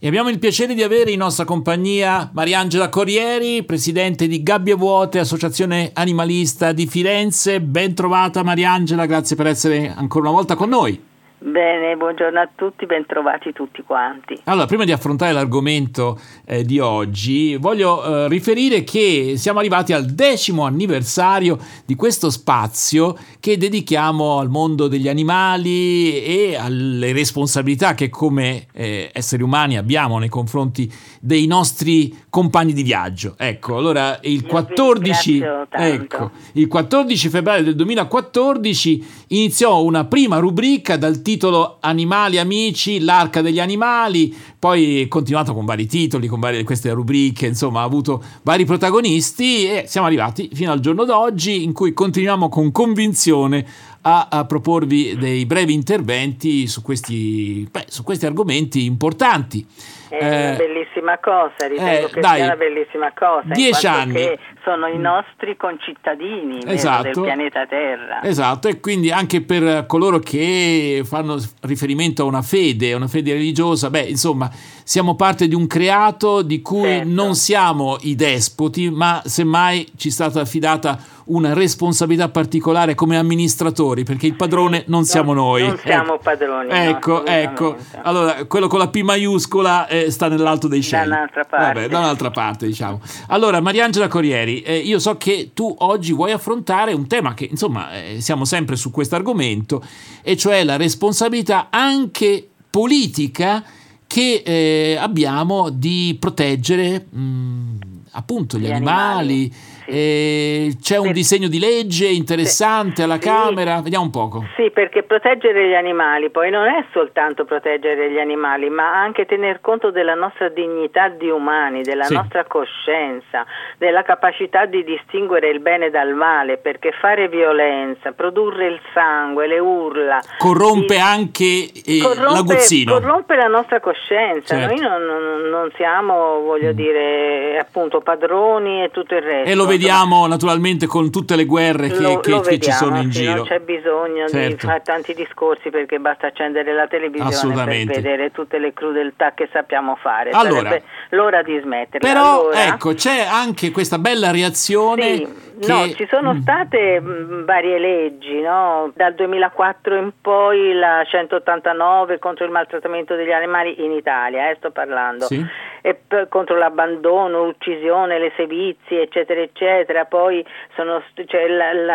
E abbiamo il piacere di avere in nostra compagnia Mariangela Corrieri, presidente di Gabbie Vuote, associazione animalista di Firenze. Ben trovata Mariangela, grazie per essere ancora una volta con noi. Bene, buongiorno a tutti, ben trovati tutti quanti. Allora, prima di affrontare l'argomento di oggi, voglio riferire che siamo arrivati al 10° anniversario di questo spazio che dedichiamo al mondo degli animali e alle responsabilità che come esseri umani abbiamo nei confronti dei nostri compagni di viaggio. Ecco, allora il 14 febbraio del 2014 iniziò una prima rubrica dal titolo Animali Amici, l'Arca degli Animali, poi è continuato con vari titoli, con queste rubriche, insomma ha avuto vari protagonisti e siamo arrivati fino al giorno d'oggi in cui continuiamo con convinzione a proporvi dei brevi interventi su questi argomenti importanti. È una bellissima cosa, ritengo che sia una bellissima cosa. 10 anni. Che sono i nostri concittadini del pianeta Terra. Esatto, e quindi anche per coloro che fanno riferimento a una fede religiosa, insomma, siamo parte di un creato di cui non siamo i despoti, ma semmai ci è stata affidata una responsabilità particolare come amministratori, perché il padrone non siamo noi. Non siamo padroni. Ecco. Allora, quello con la P maiuscola sta nell'alto dei cieli. Da un'altra parte, diciamo. Allora, Mariangela Corrieri, io so che tu oggi vuoi affrontare un tema che, insomma, siamo sempre su questo argomento, e cioè la responsabilità anche politica che abbiamo di proteggere appunto gli animali. C'è un disegno di legge interessante alla Camera, vediamo un poco. Sì, perché proteggere gli animali poi non è soltanto proteggere gli animali, ma anche tener conto della nostra dignità di umani, della nostra coscienza, della capacità di distinguere il bene dal male, perché fare violenza, produrre il sangue, le urla corrompe anche l'aguzzino, corrompe la nostra coscienza. Noi non siamo, voglio dire, appunto padroni e tutto il resto. E lo vediamo naturalmente con tutte le guerre che ci sono in giro. Non c'è bisogno di fare tanti discorsi, perché basta accendere la televisione per vedere tutte le crudeltà che sappiamo fare. Allora, sarebbe l'ora di smetterla. Però ecco, c'è anche questa bella reazione. Ci sono state varie leggi, no? Dal 2004 in poi la 189 contro il maltrattamento degli animali in Italia, sto parlando. E contro l'abbandono, l'uccisione, le sevizie, eccetera, eccetera. Poi c'è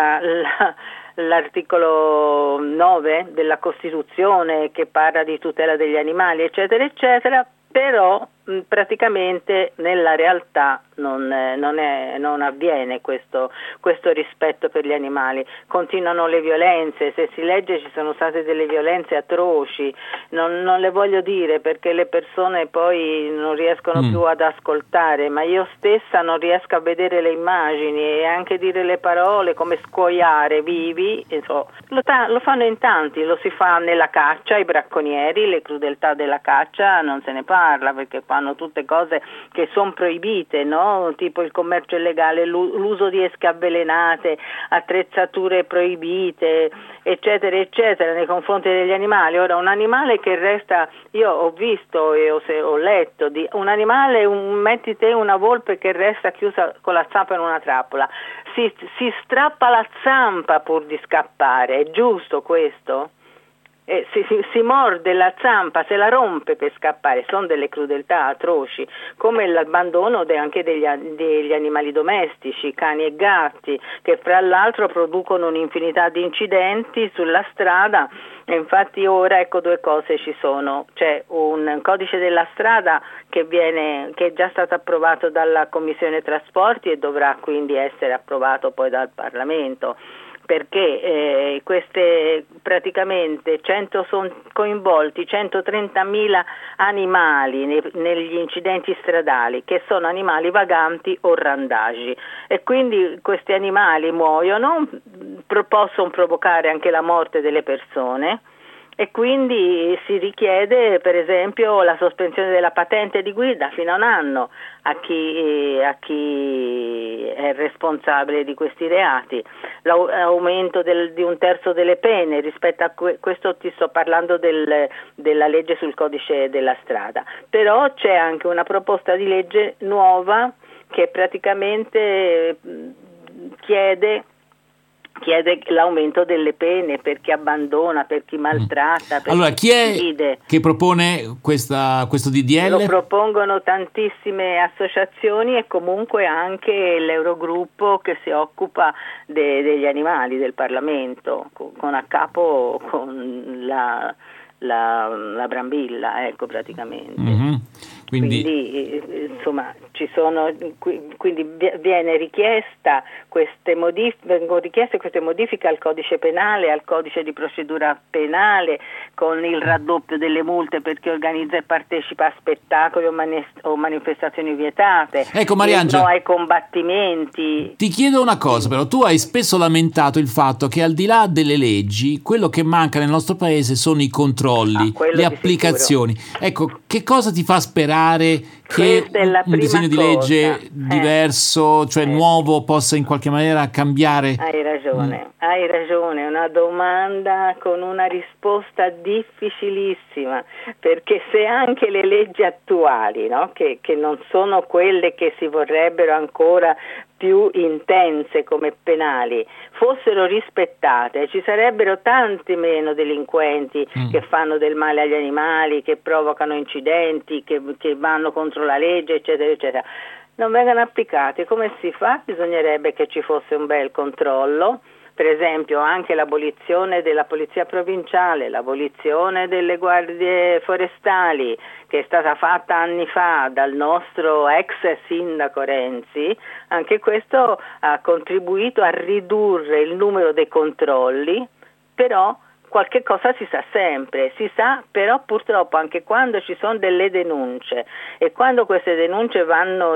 l'articolo 9 della Costituzione che parla di tutela degli animali, eccetera, eccetera. Però praticamente nella realtà non avviene questo rispetto per gli animali. Continuano le violenze, se si legge ci sono state delle violenze atroci, non le voglio dire perché le persone poi non riescono più ad ascoltare, ma io stessa non riesco a vedere le immagini e anche dire le parole come scuoiare vivi, lo fanno in tanti, lo si fa nella caccia, i bracconieri, le crudeltà della caccia non se ne parla perché fanno tutte cose che sono proibite, no? Tipo il commercio illegale, l'uso di esche avvelenate, attrezzature proibite, eccetera, eccetera, nei confronti degli animali. Ora, un animale che resta, io ho visto e ho letto di un animale, metti te una volpe che resta chiusa con la zampa in una trappola, si strappa la zampa pur di scappare, è giusto questo? Si morde la zampa, se la rompe per scappare, sono delle crudeltà atroci, come l'abbandono anche degli animali domestici, cani e gatti, che fra l'altro producono un'infinità di incidenti sulla strada. E infatti ora due cose ci sono, c'è un codice della strada che è già stato approvato dalla Commissione Trasporti e dovrà quindi essere approvato poi dal Parlamento, perché queste praticamente sono coinvolti 130.000 animali negli incidenti stradali, che sono animali vaganti o randagi, e quindi questi animali muoiono, possono provocare anche la morte delle persone e quindi si richiede per esempio la sospensione della patente di guida fino a un anno a chi è responsabile di questi reati, l'aumento di un terzo delle pene rispetto a questo. Ti sto parlando della legge sul codice della strada, però c'è anche una proposta di legge nuova che praticamente chiede l'aumento delle pene per chi abbandona, per chi maltratta, per allora, chi uccide. Che propone questo DDL? Lo propongono tantissime associazioni e comunque anche l'Eurogruppo che si occupa degli animali del Parlamento, con a capo con la Brambilla, ecco, praticamente. Mm-hmm. Quindi insomma quindi viene richiesta vengono richieste queste modifiche al codice penale, al codice di procedura penale, con il raddoppio delle multe per chi organizza e partecipa a spettacoli o manifestazioni vietate, ecco, Mariangela, no ai combattimenti. Ti chiedo una cosa, però tu hai spesso lamentato il fatto che al di là delle leggi quello che manca nel nostro paese sono i controlli, le applicazioni. Sicuro. Ecco, che cosa ti fa sperare che un disegno di legge diverso, cioè nuovo, possa in qualche maniera cambiare? Hai ragione, è una domanda con una risposta difficilissima, perché se anche le leggi attuali, no, che non sono quelle che si vorrebbero ancora più intense come penali, fossero rispettate, ci sarebbero tanti meno delinquenti che fanno del male agli animali, che provocano incidenti, che vanno contro la legge, eccetera, eccetera. Non vengono applicate. Come si fa? Bisognerebbe che ci fosse un bel controllo, per esempio anche l'abolizione della polizia provinciale, l'abolizione delle guardie forestali, che è stata fatta anni fa dal nostro ex sindaco Renzi. Anche questo ha contribuito a ridurre il numero dei controlli, però qualche cosa si sa sempre, si sa, però purtroppo anche quando ci sono delle denunce e quando queste denunce vanno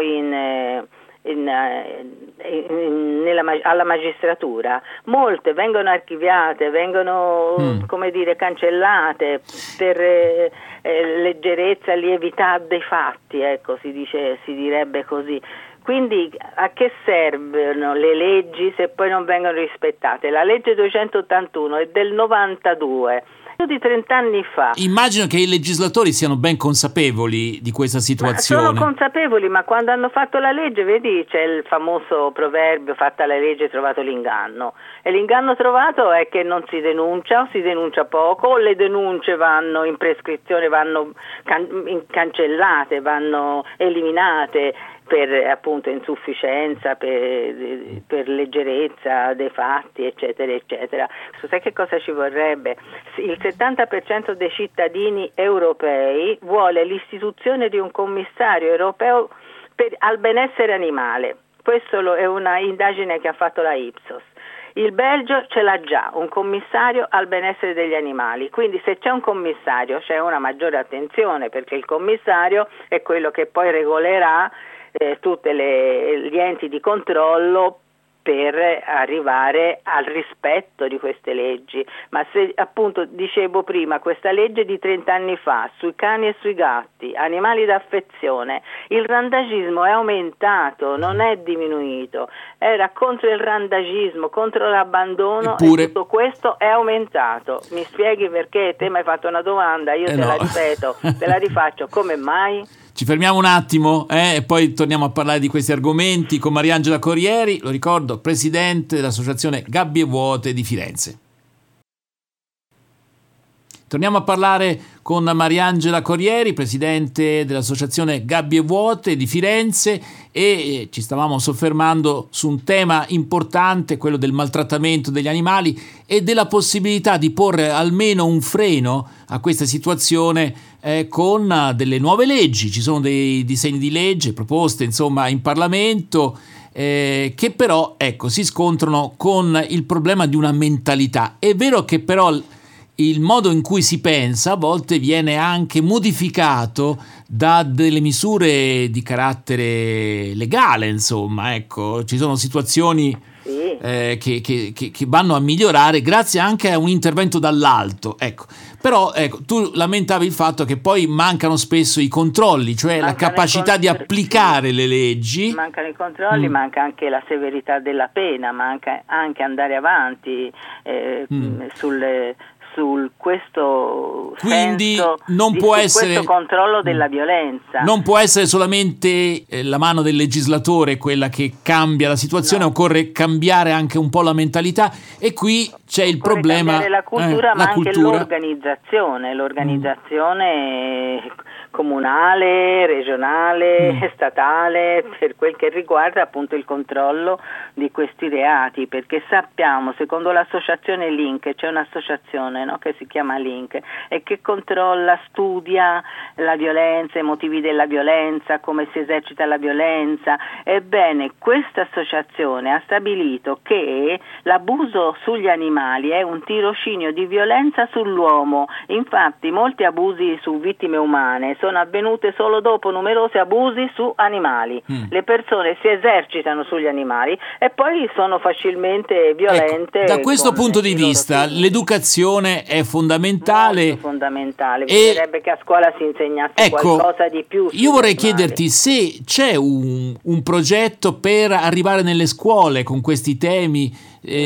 alla magistratura, molte vengono archiviate, vengono cancellate per leggerezza, lievità dei fatti, ecco, si direbbe così. Quindi a che servono le leggi se poi non vengono rispettate? La legge 281 è del 92, più di 30 anni fa. Immagino che i legislatori siano ben consapevoli di questa situazione. Sono consapevoli, ma quando hanno fatto la legge, vedi, c'è il famoso proverbio: fatta la legge, trovato l'inganno. E l'inganno trovato è che non si denuncia, o si denuncia poco, o le denunce vanno in prescrizione, vanno cancellate, vanno eliminate per appunto insufficienza, per leggerezza dei fatti, eccetera, eccetera. Sai che cosa ci vorrebbe? Il 70% dei cittadini europei vuole l'istituzione di un commissario europeo al benessere animale. Questo è una indagine che ha fatto la Ipsos. Il Belgio ce l'ha già, un commissario al benessere degli animali, quindi se c'è un commissario c'è una maggiore attenzione, perché il commissario è quello che poi regolerà tutti gli enti di controllo per arrivare al rispetto di queste leggi. Ma se appunto dicevo prima, questa legge di 30 anni fa sui cani e sui gatti, animali d'affezione, il randagismo è aumentato, non è diminuito. Era contro il randagismo, contro l'abbandono, e tutto questo è aumentato. Mi spieghi perché? Te mi hai fatto una domanda, io la ripeto, te la rifaccio: come mai? Ci fermiamo un attimo e poi torniamo a parlare di questi argomenti con Mariangela Corrieri, lo ricordo, presidente dell'associazione Gabbie Vuote di Firenze. Torniamo a parlare con Mariangela Corrieri, presidente dell'associazione Gabbie Vuote di Firenze, e ci stavamo soffermando su un tema importante, quello del maltrattamento degli animali e della possibilità di porre almeno un freno a questa situazione con delle nuove leggi. Ci sono dei disegni di legge proposte insomma in Parlamento che però si scontrano con il problema di una mentalità. È vero che però il modo in cui si pensa a volte viene anche modificato da delle misure di carattere legale, insomma, ecco, ci sono situazioni che vanno a migliorare grazie anche a un intervento dall'alto, ecco. Però ecco, tu lamentavi il fatto che poi mancano spesso i controlli, cioè la capacità di applicare le leggi. Mancano i controlli, manca anche la severità della pena, manca anche andare avanti su questo quindi senso non può essere questo controllo della violenza. Non può essere solamente la mano del legislatore quella che cambia la situazione, occorre cambiare anche un po' la mentalità, e qui c'è il problema cambiare la cultura, ma anche l'organizzazione comunale, regionale, statale, per quel che riguarda appunto il controllo di questi reati, perché sappiamo, secondo l'associazione Link, c'è un'associazione, no, che si chiama Link e che controlla, studia la violenza, i motivi della violenza, come si esercita la violenza. Ebbene, questa associazione ha stabilito che l'abuso sugli animali è un tirocinio di violenza sull'uomo. Infatti molti abusi su vittime umane sono avvenute solo dopo numerosi abusi su animali. Le persone si esercitano sugli animali e poi sono facilmente violente. Ecco, da questo punto di vista l'educazione è fondamentale. Molto fondamentale, bisognerebbe che a scuola si insegnasse qualcosa di più. Io vorrei chiederti se c'è un progetto per arrivare nelle scuole con questi temi.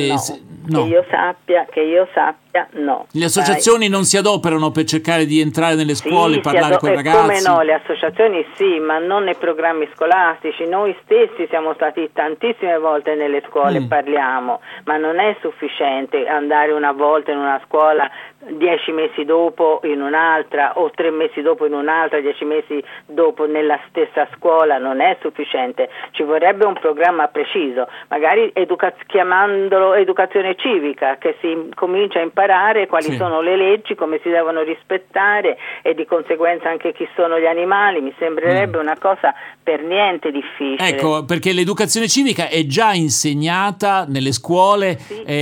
No. Che io sappia no. Le associazioni non si adoperano per cercare di entrare nelle scuole e parlare con i ragazzi? Come no, le associazioni sì, ma non nei programmi scolastici. Noi stessi siamo stati tantissime volte nelle scuole e parliamo, ma non è sufficiente andare una volta in una scuola, 10 mesi dopo in un'altra, o 3 mesi dopo in un'altra, 10 mesi dopo nella stessa scuola. Non è sufficiente, ci vorrebbe un programma preciso, magari chiamandolo educazione civica, che si comincia a imparare quali sono le leggi, come si devono rispettare e di conseguenza anche chi sono gli animali. Mi sembrerebbe una cosa per niente difficile. Ecco, perché l'educazione civica è già insegnata nelle scuole,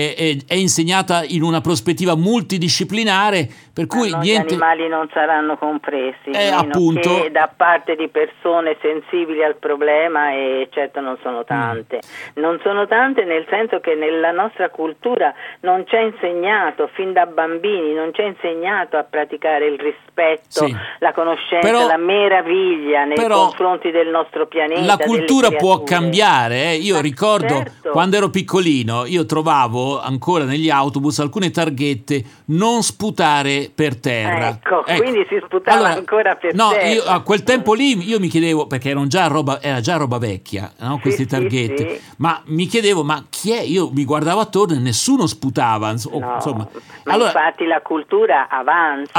è insegnata in una prospettiva multidisciplinare, per cui gli animali non saranno compresi, appunto, che da parte di persone sensibili al problema, e certo non sono tante. Non sono tante nel senso che nella nostra cultura non c'è insegnato fin da bambini, non c'è insegnato a praticare il rispetto, la conoscenza, la meraviglia nei confronti del nostro pianeta. La cultura può cambiare. Io ricordo quando ero piccolino, io trovavo ancora negli autobus alcune targhette: non sputare per terra. Ecco. Quindi si sputava ancora per terra. Io a quel tempo lì io mi chiedevo, perché era già roba vecchia, no? Queste targhette, ma mi chiedevo, ma chi è? Io mi guardavo attorno e nessuno sputava, insomma. Ma infatti la cultura avanza,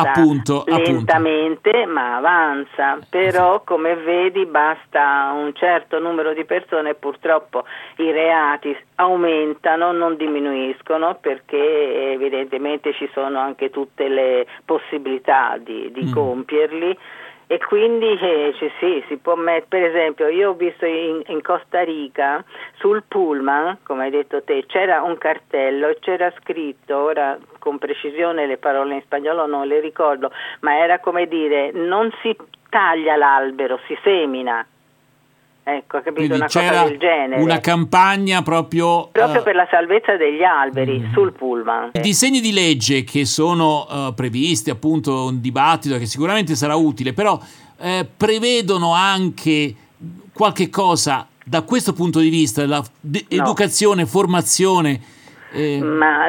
lentamente, ma avanza. Però come vedi basta un certo numero di persone e purtroppo i reati aumentano, non diminuiscono, perché evidentemente ci sono anche tutte le possibilità di compierli. E quindi si può mettere, per esempio, io ho visto in Costa Rica sul pullman, come hai detto te, c'era un cartello e c'era scritto, ora con precisione le parole in spagnolo non le ricordo, ma era come dire: non si taglia l'albero, si semina. Ecco, capito? Quindi una cosa del genere. Una campagna proprio per la salvezza degli alberi sul pullman. I disegni di legge che sono previsti, appunto, un dibattito che sicuramente sarà utile, però prevedono anche qualche cosa da questo punto di vista, educazione, formazione. Ma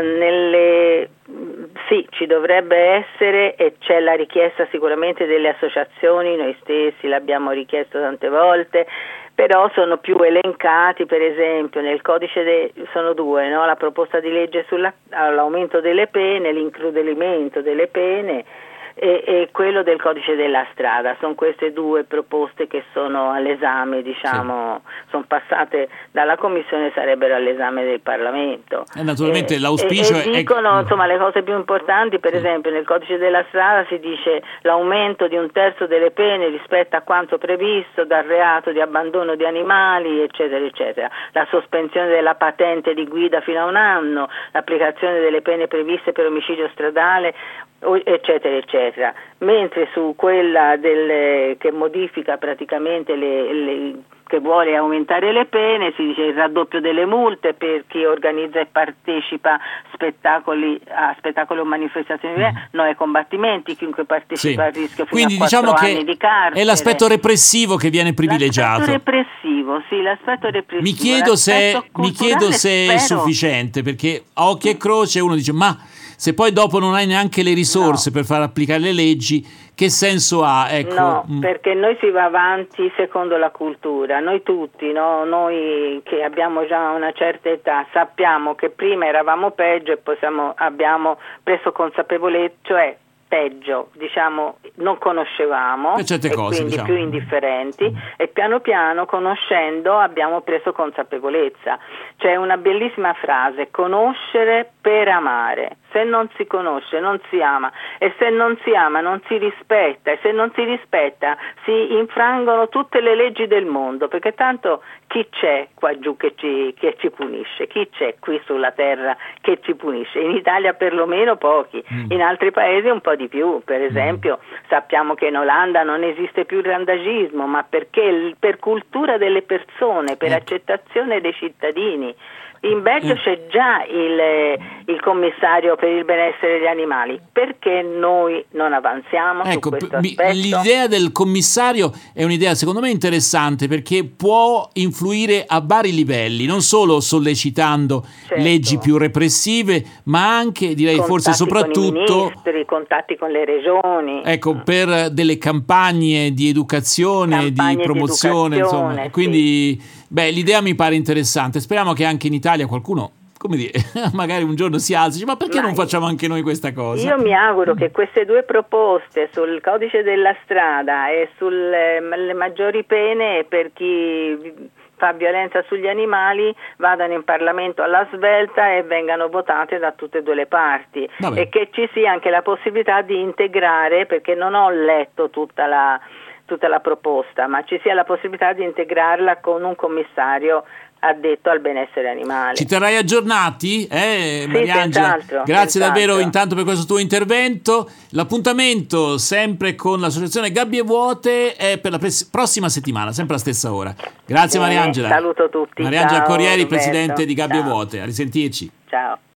sì, ci dovrebbe essere, e c'è la richiesta sicuramente delle associazioni, noi stessi l'abbiamo richiesto tante volte, però sono più elencati. Per esempio nel codice sono due, no? La proposta di legge sull'aumento delle pene, l'incrudelimento delle pene, e quello del codice della strada. Sono queste due proposte che sono all'esame, sono passate dalla Commissione, sarebbero all'esame del Parlamento. Naturalmente l'auspicio e dicono insomma le cose più importanti. Per esempio nel codice della strada si dice l'aumento di 1/3 delle pene rispetto a quanto previsto dal reato di abbandono di animali, eccetera eccetera, la sospensione della patente di guida fino a 1 anno, l'applicazione delle pene previste per omicidio stradale, eccetera eccetera. Mentre su quella che modifica praticamente che vuole aumentare le pene, si dice il raddoppio delle multe per chi organizza e partecipa a spettacoli o manifestazioni, no ai combattimenti, chiunque partecipa al rischio fino quindi a 4 diciamo anni di carcere. È l'aspetto repressivo che viene privilegiato. L'aspetto repressivo. Mi chiedo se è sufficiente, perché a occhio e croce uno dice ma se poi dopo non hai neanche le risorse per far applicare le leggi, che senso ha? Ecco. No, perché noi si va avanti secondo la cultura, noi tutti, no? Noi che abbiamo già una certa età sappiamo che prima eravamo peggio e poi abbiamo preso consapevolezza, cioè peggio, diciamo, non conoscevamo per certe cose, quindi più indifferenti, e piano piano conoscendo abbiamo preso consapevolezza. C'è una bellissima frase: conoscere per amare. Se non si conosce non si ama, e se non si ama non si rispetta, e se non si rispetta si infrangono tutte le leggi del mondo, perché tanto chi c'è qua giù che ci punisce? Chi c'è qui sulla terra che ci punisce? In Italia perlomeno pochi, in altri paesi un po' di più. Per esempio sappiamo che in Olanda non esiste più il randagismo, ma perché per cultura delle persone, per accettazione dei cittadini. In Belgio c'è già il commissario per il benessere degli animali. Perché noi non avanziamo su questo aspetto? L'idea del commissario è un'idea secondo me interessante, perché può influire a vari livelli, non solo sollecitando leggi più repressive, ma anche, direi forse soprattutto, con i contatti con le regioni. Ecco, per delle campagne di educazione, di promozione, insomma. Quindi l'idea mi pare interessante. Speriamo che anche in Italia qualcuno, come dire, magari un giorno si alzi e dice: ma perché non facciamo anche noi questa cosa? Io mi auguro che queste due proposte sul codice della strada e sulle maggiori pene per chi fa violenza sugli animali vadano in Parlamento alla svelta e vengano votate da tutte e due le parti. E che ci sia anche la possibilità di integrare, perché non ho letto tutta la proposta, ma ci sia la possibilità di integrarla con un commissario addetto al benessere animale. Ci terrai aggiornati, Mariangela? Grazie davvero intanto per questo tuo intervento. L'appuntamento sempre con l'associazione Gabbie Vuote è per la prossima settimana, sempre alla stessa ora. Grazie Mariangela. Saluto tutti. Mariangela Corrieri, Roberto. presidente di Gabbie Vuote. A risentirci. Ciao.